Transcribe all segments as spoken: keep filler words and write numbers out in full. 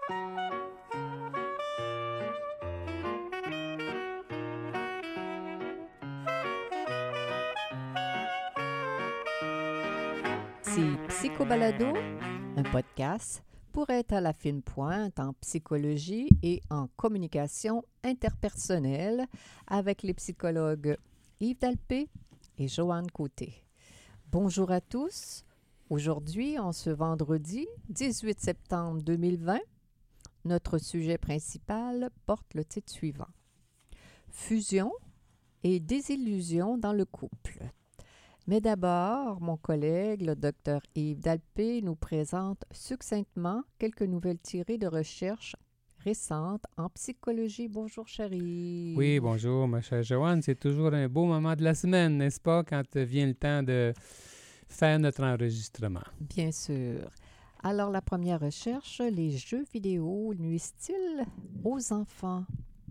C'est Psychobalado, un podcast pour être à la fine pointe en psychologie et en communication interpersonnelle avec les psychologues Yves Dalpé et Joanne Côté. Bonjour à tous. Aujourd'hui, en ce vendredi dix-huit septembre deux mille vingt, notre sujet principal porte le titre suivant: Fusion et désillusion dans le couple. Mais d'abord, mon collègue, le docteur Yves Dalpé, nous présente succinctement quelques nouvelles tirées de recherches récentes en psychologie. Bonjour, chérie. Oui, bonjour, ma chère Joanne. C'est toujours un beau moment de la semaine, n'est-ce pas, quand vient le temps de faire notre enregistrement? Bien sûr. Alors, la première recherche, les jeux vidéo nuisent-ils aux enfants?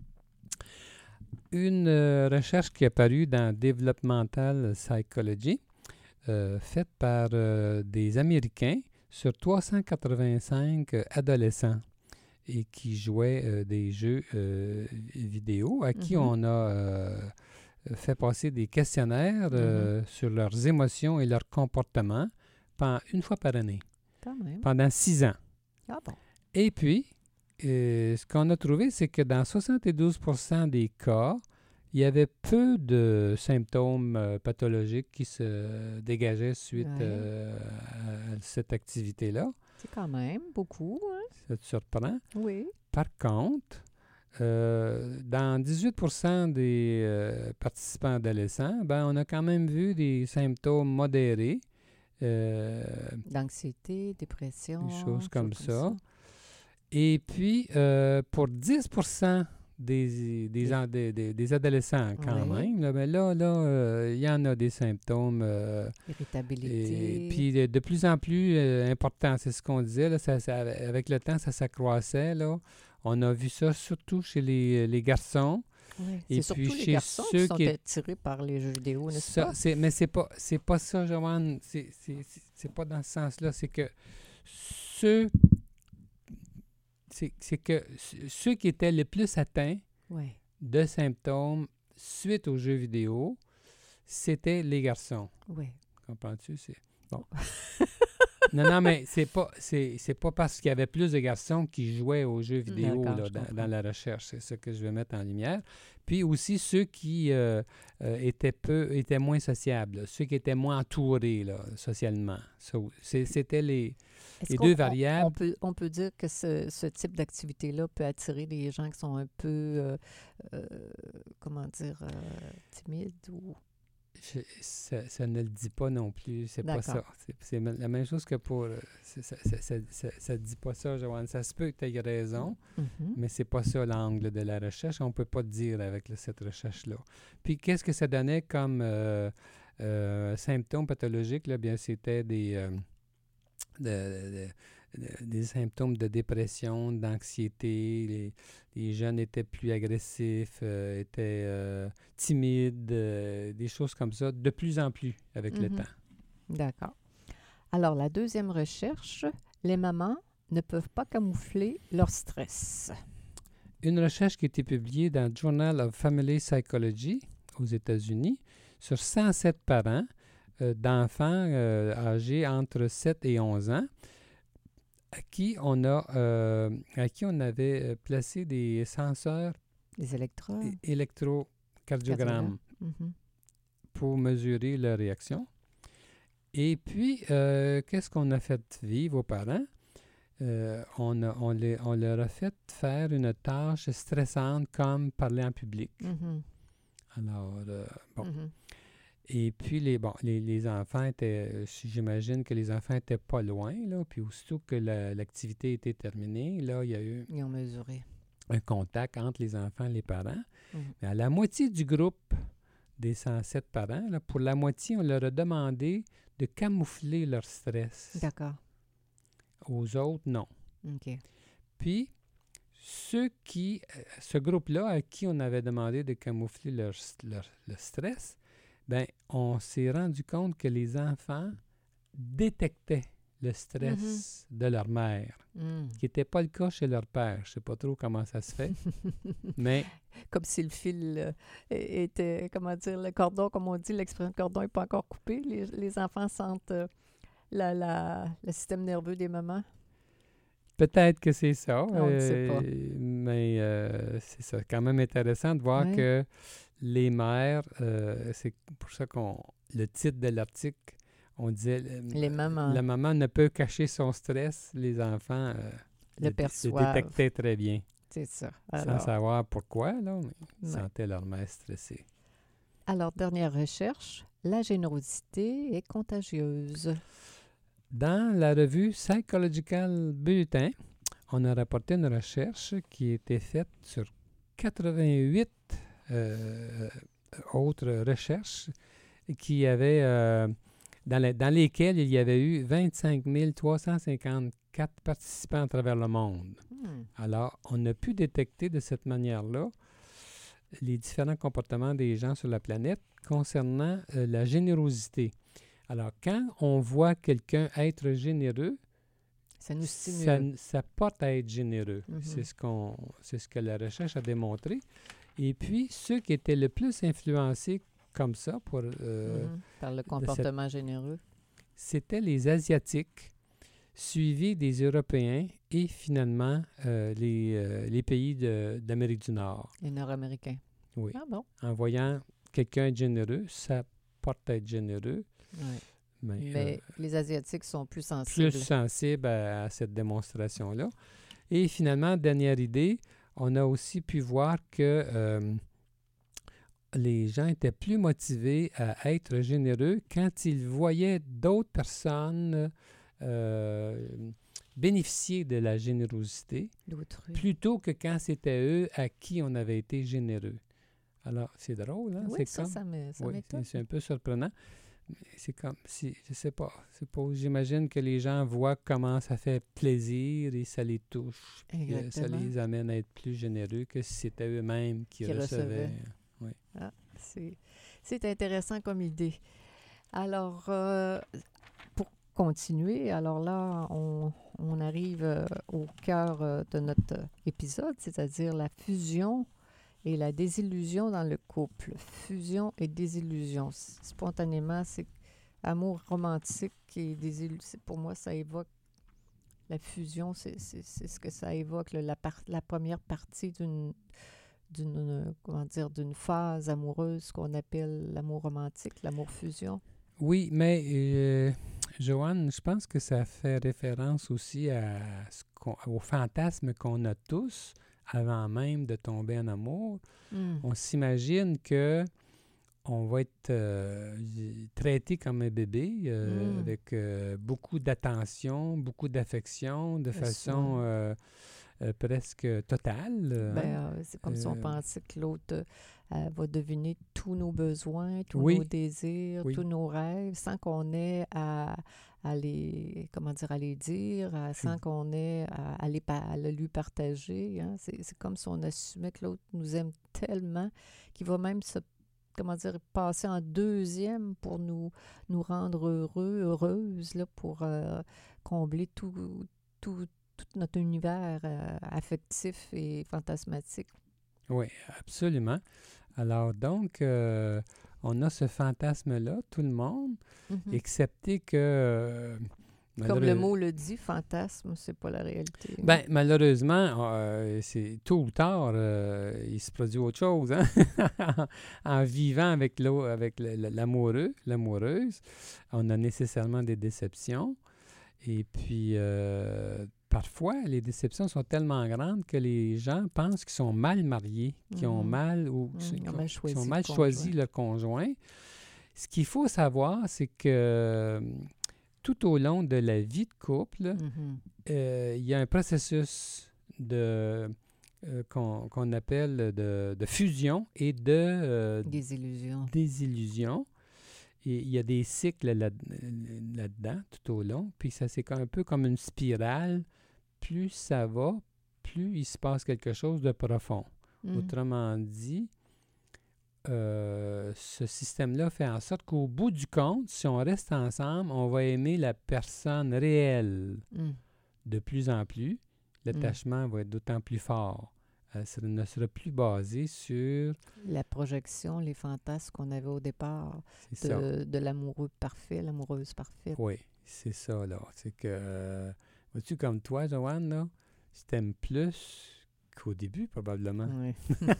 Une euh, recherche qui est parue dans Developmental Psychology, euh, faite par euh, des Américains sur trois cent quatre-vingt-cinq euh, adolescents et qui jouaient euh, des jeux euh, vidéo à qui Mhm. on a euh, fait passer des questionnaires euh, sur leurs émotions et leurs comportements pendant, une fois par année, Quand même. pendant six ans. Ah bon. Et puis, euh, ce qu'on a trouvé, c'est que dans soixante-douze pour cent des cas, il y avait peu de symptômes euh, pathologiques qui se dégageaient suite Ouais. euh, à cette activité-là. C'est quand même beaucoup, hein? Ça te surprend? Oui. Par contre, euh, dans dix-huit pour cent des euh, participants adolescents, ben, on a quand même vu des symptômes modérés, euh, D'anxiété, dépression. des choses comme ça. ça. Et puis, euh, pour dix pour cent des, des, Des- en- des, des- des adolescents, quand Ouais. même, là, ben là, là, euh, il y en a des symptômes. euh, Irritabilité. et puis, de, de plus en plus euh, important, c'est ce qu'on disait, là, ça, ça- avec le temps, ça s'accroissait. Là. On a vu ça surtout chez les, les garçons. Ouais. Et C'est puis surtout les chez garçons ceux qui sont qui est- attirés par les jeux vidéo, n'est-ce Ça, pas? c'est, mais c'est pas, c'est pas ça, Joanne. C'est, c'est, c'est, c'est pas dans ce sens-là. C'est que ceux, c'est, c'est que c- ceux qui étaient le plus atteints Oui. de symptômes suite aux jeux vidéo, c'était les garçons. Oui. Comprends-tu? C'est bon. Non, non, mais c'est pas, c'est, c'est pas parce qu'il y avait plus de garçons qui jouaient aux jeux vidéo D'accord, là, je dans, comprends. dans la recherche. C'est ça que je veux mettre en lumière. Puis aussi ceux qui euh, euh, étaient peu, étaient moins sociables, là, ceux qui étaient moins entourés là, socialement. Ça, c'est- c'était les, Est-ce les qu'on- deux on- variables. On, peut, on peut dire que ce, ce type d'activité-là peut attirer des gens qui sont un peu, euh, euh, comment dire, euh, timides ou... Je- ça, ça ne le dit pas non plus. C'est pas ça. D'accord. C'est, c'est la même chose que pour. euh, c'est- Ça ça, ça, ça, ça dit pas ça, Joanne. Ça se peut que tu aies raison, Mhm. mais c'est pas ça l'angle de la recherche. On peut pas te dire avec le- cette recherche-là. Puis qu'est-ce que ça donnait comme euh, euh, symptômes pathologiques? Là? Bien, c'était des, euh, de- de- de- des symptômes de dépression, d'anxiété. Les, les jeunes étaient plus agressifs, euh, étaient euh, timides, euh, des choses comme ça, de plus en plus avec le Mhm. temps. D'accord. Alors, la deuxième recherche, les mamans ne peuvent pas camoufler leur stress. Une recherche qui a été publiée dans le Journal of Family Psychology aux États-Unis sur cent sept parents euh, d'enfants euh, âgés entre sept et onze ans à qui on a euh, à qui on avait euh, placé des senseurs Les électrodes. é- électrocardiogrammes Mhm. pour mesurer leur réaction. Et puis, euh, qu'est-ce qu'on a fait vivre aux parents? Euh, on, a- on, les- on leur a fait faire une tâche stressante comme parler en public. Mhm. Alors, euh, bon. Mhm. Et puis, les, bon, les, les enfants étaient, euh, j'imagine que les enfants étaient pas loin, là, puis aussitôt que la- l'activité était terminée, là, il y a eu Ils ont mesuré. un contact entre les enfants et les parents. Mhm. Mais à la moitié du groupe des cent sept parents, là, pour la moitié, on leur a demandé de camoufler leur stress. D'accord. Aux autres, non. OK. Puis, ceux qui, euh, ce groupe-là, à qui on avait demandé de camoufler leur, leur, leur stress, ben, on s'est rendu compte que les enfants détectaient le stress mm-hmm. de leur mère, mm. qui n'était pas le cas chez leur père. Je ne sais pas trop comment ça se fait, mais... Comme si le fil euh, était, comment dire, le cordon, comme on dit, l'expression cordon n'est pas encore coupé. Les, les enfants sentent euh, la, la, le système nerveux des mamans. Peut-être que c'est ça, on ne euh, sait pas. Mais euh, c'est ça, quand même intéressant de voir ouais. que les mères, euh, c'est pour ça qu'on le titre de l'article, on disait les mamans. La maman ne peut cacher son stress, les enfants euh, le, le, perçoivent. le détectaient très bien. C'est ça. Alors, sans savoir pourquoi, là, mais ils ouais. sentaient leur mère stressée. Alors, dernière recherche, la générosité est contagieuse. Dans la revue Psychological Bulletin, on a rapporté une recherche qui a été faite sur quatre-vingt-huit euh, autres recherches qui avaient, euh, dans, les, dans lesquelles il y avait eu vingt-cinq mille trois cent cinquante-quatre participants à travers le monde. Hmm. Alors, on a pu détecter de cette manière-là les différents comportements des gens sur la planète concernant euh, la générosité. Alors, quand on voit quelqu'un être généreux, ça nous stimule. Ça, ça porte à être généreux. Mm-hmm. C'est ce qu'on, c'est ce que la recherche a démontré. Et puis, ceux qui étaient le plus influencés comme ça pour, euh, mm-hmm. par le comportement cette, généreux, c'était les Asiatiques, suivis des Européens et finalement euh, les, euh, les pays de, d'Amérique du Nord. Les Nord-Américains. Oui. Ah bon? En voyant quelqu'un être généreux, ça porte à être généreux. Oui. Mais, Mais euh, les Asiatiques sont plus sensibles. Plus sensibles à, à cette démonstration-là. Et finalement, dernière idée, on a aussi pu voir que euh, les gens étaient plus motivés à être généreux quand ils voyaient d'autres personnes euh, bénéficier de la générosité, D'autrui. plutôt que quand c'était eux à qui on avait été généreux. Alors, c'est drôle, hein? Oui, c'est ça, comme... ça, me, ça oui, m'étonne. c'est, c'est un peu surprenant. C'est comme si, je sais pas, c'est pas, j'imagine que les gens voient comment ça fait plaisir et ça les touche. Puis, euh, ça les amène à être plus généreux que si c'était eux-mêmes qui, qui recevaient. recevaient. Oui. Ah, c'est, c'est intéressant comme idée. Alors, euh, pour continuer, alors là, on, on arrive euh, au cœur euh, de notre euh, épisode, c'est-à-dire la fusion et la désillusion dans le couple. Fusion et désillusion. Spontanément, c'est amour romantique et désillusion. Pour moi, ça évoque la fusion, c'est, c'est, c'est ce que ça évoque, le, la, par, la première partie d'une, d'une, comment dire, d'une phase amoureuse qu'on appelle l'amour romantique, l'amour fusion. Oui, mais euh, Joanne, je pense que ça fait référence aussi à ce qu'on, au fantasme qu'on a tous avant même de tomber en amour. Mm. On s'imagine que on va être euh, traité comme un bébé euh, mm. avec euh, beaucoup d'attention, beaucoup d'affection, de c'est façon euh, euh, presque totale. Ben, euh, c'est comme euh, si on pensait que l'autre euh, va deviner tous nos besoins, tous oui. nos désirs, oui. tous nos rêves, sans qu'on ait à, à les, comment dire, à les dire, à, sans oui. qu'on ait à, à, les, à le lui partager. Hein. C'est, c'est comme si on assumait que l'autre nous aime tellement qu'il va même se, comment dire, passer en deuxième pour nous, nous rendre heureux, heureuses, là, pour euh, combler tout, tout, tout notre univers euh, affectif et fantasmatique. Oui, absolument. Alors, donc, euh, on a ce fantasme-là, tout le monde, mm-hmm. excepté que... Euh, Comme le mot le dit, fantasme, c'est pas la réalité. Bien, malheureusement, euh, c'est tôt ou tard, euh, il se produit autre chose. Hein? En vivant avec, l'eau, avec l'amoureux, l'amoureuse, on a nécessairement des déceptions. Et puis, euh, parfois, les déceptions sont tellement grandes que les gens pensent qu'ils sont mal mariés, qu'ils mmh. ont mal ou mmh, qu'ils ont mal choisi, ont mal choisi leur conjoint. Ce qu'il faut savoir, c'est que tout au long de la vie de couple, mmh. euh, il y a un processus de, euh, qu'on, qu'on appelle de, de fusion et de euh, désillusion. désillusion. Et il y a des cycles là, là-dedans, tout au long. Puis ça, c'est un peu comme une spirale. Plus ça va, plus il se passe quelque chose de profond. Mm. Autrement dit, euh, ce système-là fait en sorte qu'au bout du compte, si on reste ensemble, on va aimer la personne réelle Mm. de plus en plus. L'attachement mm. va être d'autant plus fort. Euh, ça ne sera plus basé sur... La projection, les fantasmes qu'on avait au départ de, de l'amoureux parfait, l'amoureuse parfaite. Oui, c'est ça, là. C'est que, euh, vois-tu, comme toi, Joanne, là, je t'aime plus qu'au début, probablement. Oui.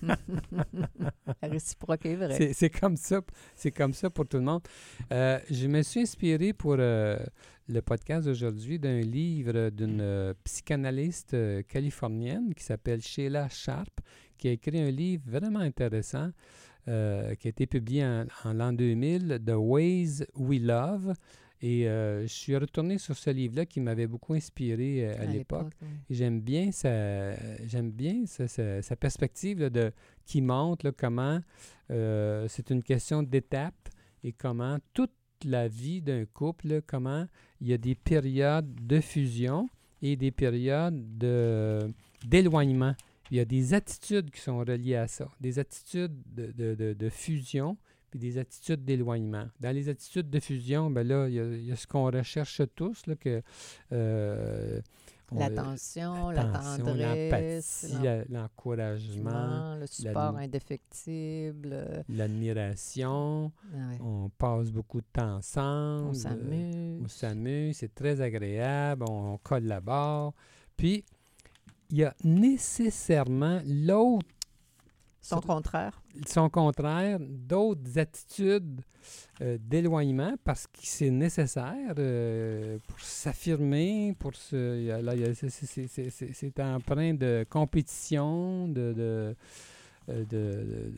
La réciproque est vraie. C'est, c'est comme ça, c'est comme ça pour tout le monde. Euh, je me suis inspiré pour euh, le podcast d'aujourd'hui d'un livre d'une euh, psychanalyste euh, californienne qui s'appelle Sheila Sharp, qui a écrit un livre vraiment intéressant euh, qui a été publié en, en l'an deux mille, The Ways We Love. Et euh, je suis retourné sur ce livre-là qui m'avait beaucoup inspiré euh, à, à l'époque. l'époque oui. Et j'aime bien sa, j'aime bien sa, sa, sa perspective là, de, qui montre là, comment euh, c'est une question d'étape et comment toute la vie d'un couple, là, comment il y a des périodes de fusion et des périodes de, d'éloignement. Il y a des attitudes qui sont reliées à ça, des attitudes de, de, de, de fusion puis des attitudes d'éloignement. Dans les attitudes de fusion, ben là, il y a, il y a ce qu'on recherche tous, là, que... Euh, on, l'attention, la tendresse, l'empathie, l'encouragement, le support indéfectible, l'admiration, ah ouais. On passe beaucoup de temps ensemble, on s'amuse, euh, on s'amuse, c'est très agréable, on, on collabore. Puis, il y a nécessairement l'autre Son contraire. Son contraire, d'autres attitudes euh, d'éloignement parce que c'est nécessaire euh, pour s'affirmer, pour se. Là, c'est, c'est, c'est, c'est, c'est empreint de compétition, de, de, de, de,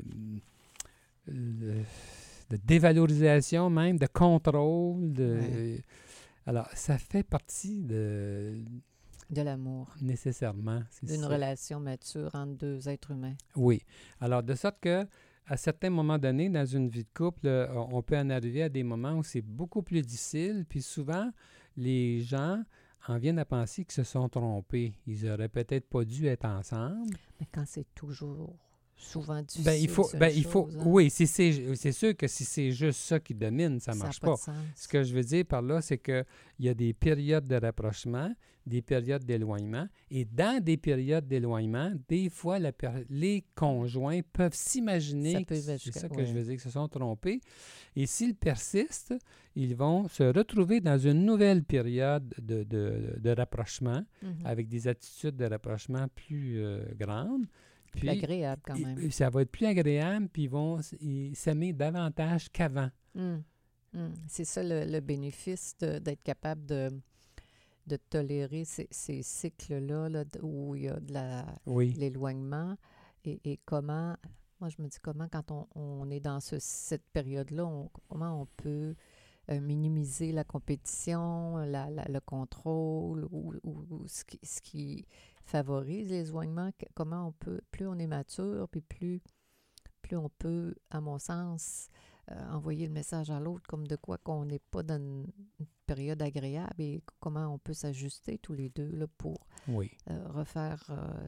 de, de dévalorisation même, de contrôle. De, ouais. Alors, ça fait partie de. De l'amour. Nécessairement. C'est D'une ça. relation mature entre deux êtres humains. Oui. Alors, de sorte que à certains moments donnés, dans une vie de couple, on peut en arriver à des moments où c'est beaucoup plus difficile. Puis souvent, les gens en viennent à penser qu'ils se sont trompés. Ils n'auraient peut-être pas dû être ensemble. Mais quand c'est toujours... souvent difficile. Ben, il faut, ben, il chose, faut, hein? oui, si c'est, c'est sûr que si c'est juste ça qui domine, ça ne marche pas. pas. Ce que je veux dire par là, c'est qu'il y a des périodes de rapprochement, des périodes d'éloignement, et dans des périodes d'éloignement, des fois, la péri- les conjoints peuvent s'imaginer, que c'est ça que ouais. je veux dire, qu'ils se sont trompés, et s'ils persistent, ils vont se retrouver dans une nouvelle période de, de, de rapprochement, mm-hmm. avec des attitudes de rapprochement plus euh, grandes. Puis, plus agréable quand même. Et, ça va être plus agréable, puis ils vont ils s'aimer davantage qu'avant. Mm. Mm. C'est ça le, le bénéfice de, d'être capable de, de tolérer ces, ces cycles-là là, où il y a de la, oui. l'éloignement. Et, et comment, moi je me dis comment quand on, on est dans ce, cette période-là, on, comment on peut euh, minimiser la compétition, la, la, le contrôle, ou, ou, ou ce qui... Ce qui favorise les éloignements, comment on peut, plus on est mature, puis plus, plus on peut, à mon sens, euh, envoyer le message à l'autre comme de quoi qu'on n'est pas dans une, une période agréable et comment on peut s'ajuster tous les deux là, pour oui. euh, refaire, euh,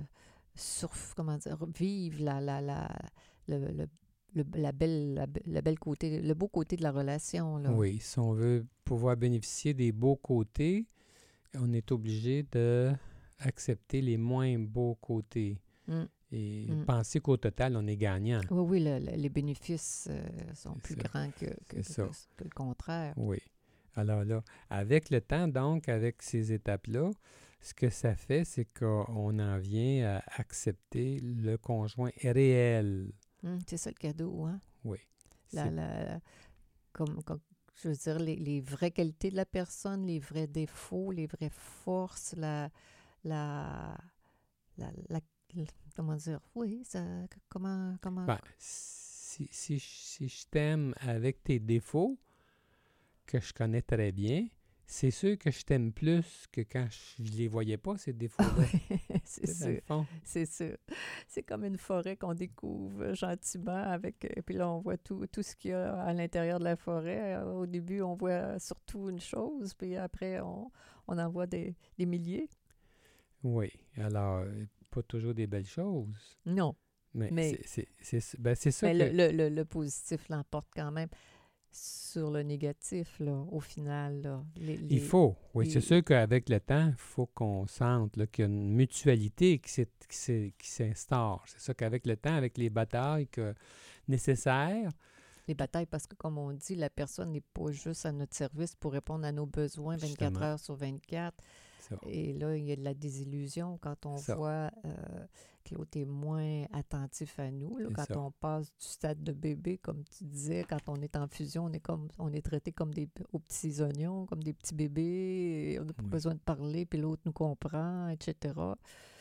surf, comment dire, vivre la, la, la, le, le, le, la belle, la, la belle côté, le beau côté de la relation. Là. Oui, si on veut pouvoir bénéficier des beaux côtés, on est obligé de accepter les moins beaux côtés mm. et mm. penser qu'au total, on est gagnant. Oui, oui, le, le, les bénéfices euh, sont c'est plus ça. grands que, que, que, que, que le contraire. Oui. Alors là, avec le temps, donc, avec ces étapes-là, ce que ça fait, c'est qu'on en vient à accepter le conjoint réel. Mm, c'est ça le cadeau, hein? Oui. La, la, comme, comme, je veux dire, les, les vraies qualités de la personne, les vrais défauts, les vraies forces, la... La, la, la, la, comment dire, oui, ça, comment, comment... Ben, si, si, si je t'aime avec tes défauts, que je connais très bien, c'est sûr que je t'aime plus que quand je ne les voyais pas, ces défauts-là. c'est sûr, c'est sûr. C'est comme une forêt qu'on découvre gentiment avec... Et puis là, on voit tout, tout ce qu'il y a à l'intérieur de la forêt. Au début, on voit surtout une chose, puis après, on, on en voit des, des milliers. Oui. Alors, pas toujours des belles choses. Non. Mais, Mais- c'est, c'est, c'est, ben, c'est ça Mais que... le, le, le, le positif l'emporte quand même sur le négatif, là, au final. Là. Les, les, Il faut. Oui, les- c'est sûr qu'avec le temps, il faut qu'on sente là, qu'il y a une mutualité qui, s'est, qui, s'est, qui s'instaure. C'est ça qu'avec le temps, avec les batailles que, nécessaires, les batailles, parce que, comme on dit, la personne n'est pas juste à notre service pour répondre à nos besoins vingt-quatre Justement. heures sur vingt-quatre. ça. Et là, il y a de la désillusion quand on Ça. voit euh, que l'autre est moins attentif à nous. Là, C'est quand ça. on passe du stade de bébé, comme tu disais, quand on est en fusion, on est comme on est traité comme des aux petits oignons, comme des petits bébés. Et on n'a pas Oui. besoin de parler, puis l'autre nous comprend, et cetera.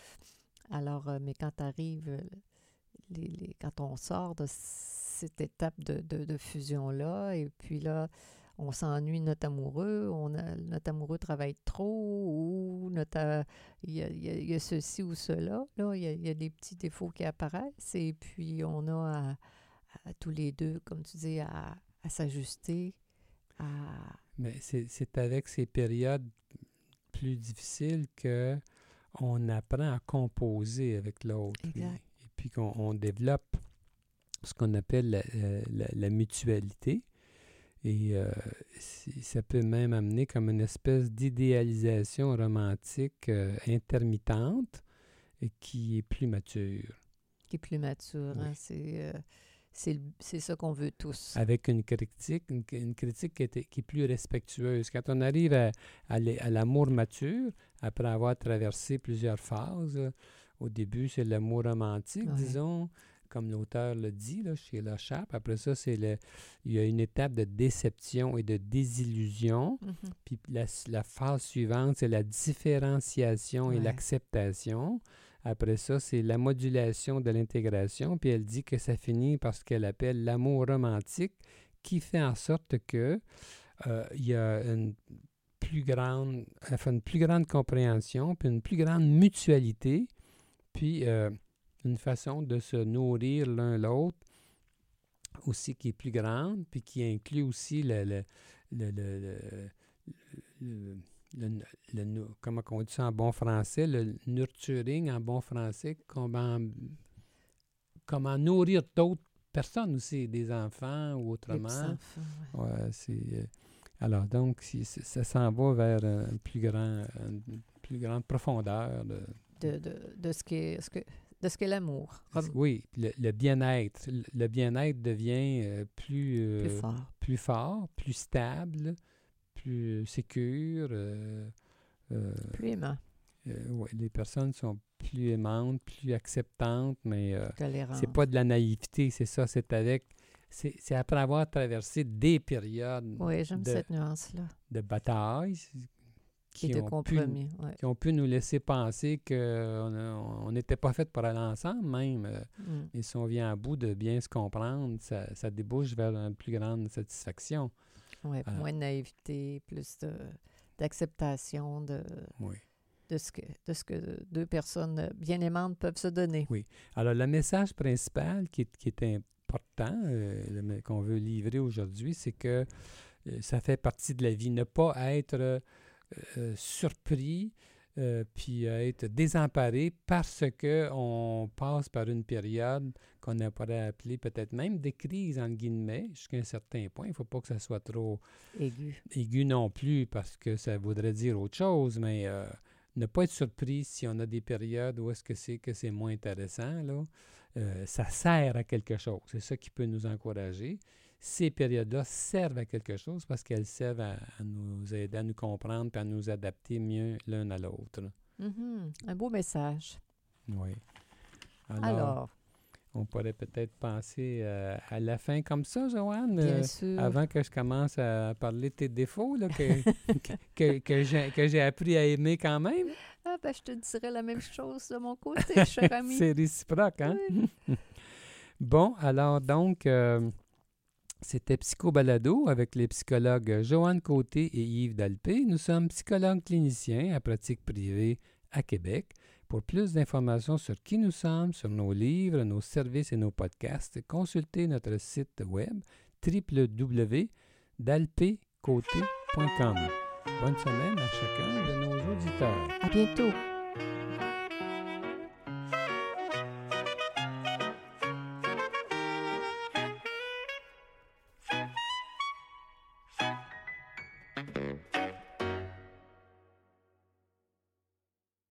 Alors, euh, mais quand arrive, les, les, quand on sort de cette étape de, de, de fusion-là, et puis là, on s'ennuie de notre amoureux, on a, notre amoureux travaille trop, ou notre, euh, il, y a, il, y a, il y a ceci ou cela, là, il y a, il y a des petits défauts qui apparaissent, et puis on a à, à tous les deux, comme tu dis, à, à s'ajuster, à... Mais c'est, c'est avec ces périodes plus difficiles que on apprend à composer avec l'autre. Exact. Et, et puis qu'on on développe ce qu'on appelle la, la, la mutualité. Et euh, si- ça peut même amener comme une espèce d'idéalisation romantique euh, intermittente et qui est plus mature. qui est plus mature. Oui. Hein, c'est, euh, c'est, le- c'est ça qu'on veut tous. Avec une critique, une, une critique qui est, qui est plus respectueuse. Quand on arrive à, à, l'é- à l'amour mature, après avoir traversé plusieurs phases, là, au début, c'est l'amour romantique, Ouais. disons, comme l'auteur le dit là, chez Le Chappe. Après ça, c'est le, il y a une étape de déception et de désillusion. Mhm. Puis la, la phase suivante, c'est la différenciation et Ouais. l'acceptation. Après ça, c'est la modulation de l'intégration. Puis elle dit que ça finit par ce qu'elle appelle l'amour romantique, qui fait en sorte que euh, il y a une plus grande, enfin, une plus grande compréhension, puis une plus grande mutualité, puis euh, une façon de se nourrir l'un l'autre aussi qui est plus grande, puis qui inclut aussi le, le, le, le, le- le- le- le nu- comment on dit ça en bon français, le nurturing en bon français, comment, comment nourrir d'autres personnes aussi, des enfants ou Les autrement. petits-enfants, ouais. Ouais, c'est, euh, alors donc, si, c'est- ça s'en va vers un plus grand, une plus grande profondeur. De, De, de, de ce qu'est, ce que, de ce qu'est l'amour. Parce Rom- que oui, le, le bien-être. Le, le bien-être devient euh, plus, euh, plus fort. plus fort, plus stable, plus sécure. euh, euh, Plus aimant, euh, ouais, les personnes sont plus aimantes, plus acceptantes, mais euh, tolérant. c'est pas de la naïveté, c'est ça, c'est avec... C'est, c'est après avoir traversé des périodes Oui, j'aime de, cette nuance-là. de bataille Qui qui est de ont, pu, compromis. Ouais. qui ont pu nous laisser penser qu'on n'était pas fait pour aller ensemble même. euh, Mm. Et si on vient à bout de bien se comprendre, ça, ça débouche vers une plus grande satisfaction. Ouais, Alors- moins de naïveté, plus de, d'acceptation de, Oui. de, ce que, de ce que deux personnes bien aimantes peuvent se donner. Oui. Alors, le message principal qui est, qui est important, euh, le me- qu'on veut livrer aujourd'hui, c'est que euh, ça fait partie de la vie. Ne pas être euh, euh, surpris, euh, puis euh, être désemparé parce qu'on passe par une période qu'on pourrait appeler peut-être même des crises, entre guillemets, jusqu'à un certain point. Il ne faut pas que ça soit trop Aigu. aigu non plus parce que ça voudrait dire autre chose, mais euh, ne pas être surpris si on a des périodes où est-ce que c'est que c'est moins intéressant, là. Euh, ça sert à quelque chose. C'est ça qui peut nous encourager. Ces périodes-là servent à quelque chose parce qu'elles servent à, à nous aider à nous comprendre et à nous adapter mieux l'un à l'autre. Mhm. Un beau message. Oui. Alors, Alors, on pourrait peut-être penser euh, à la fin comme ça, Joanne, bien euh, sûr. avant que je commence à parler de tes défauts là, que, que, que, que j'ai, que j'ai appris à aimer quand même. Ah, ben, je te dirais la même chose de mon côté, cher ami. C'est réciproque, hein? Oui. Bon, alors donc, euh, c'était Psycho Balado avec les psychologues Joanne Côté et Yves Dalpé. Nous sommes psychologues cliniciens à pratique privée à Québec. Pour plus d'informations sur qui nous sommes, sur nos livres, nos services et nos podcasts, consultez notre site web w w w point dalpé côté point com. Bonne semaine à chacun de nos auditeurs. À bientôt.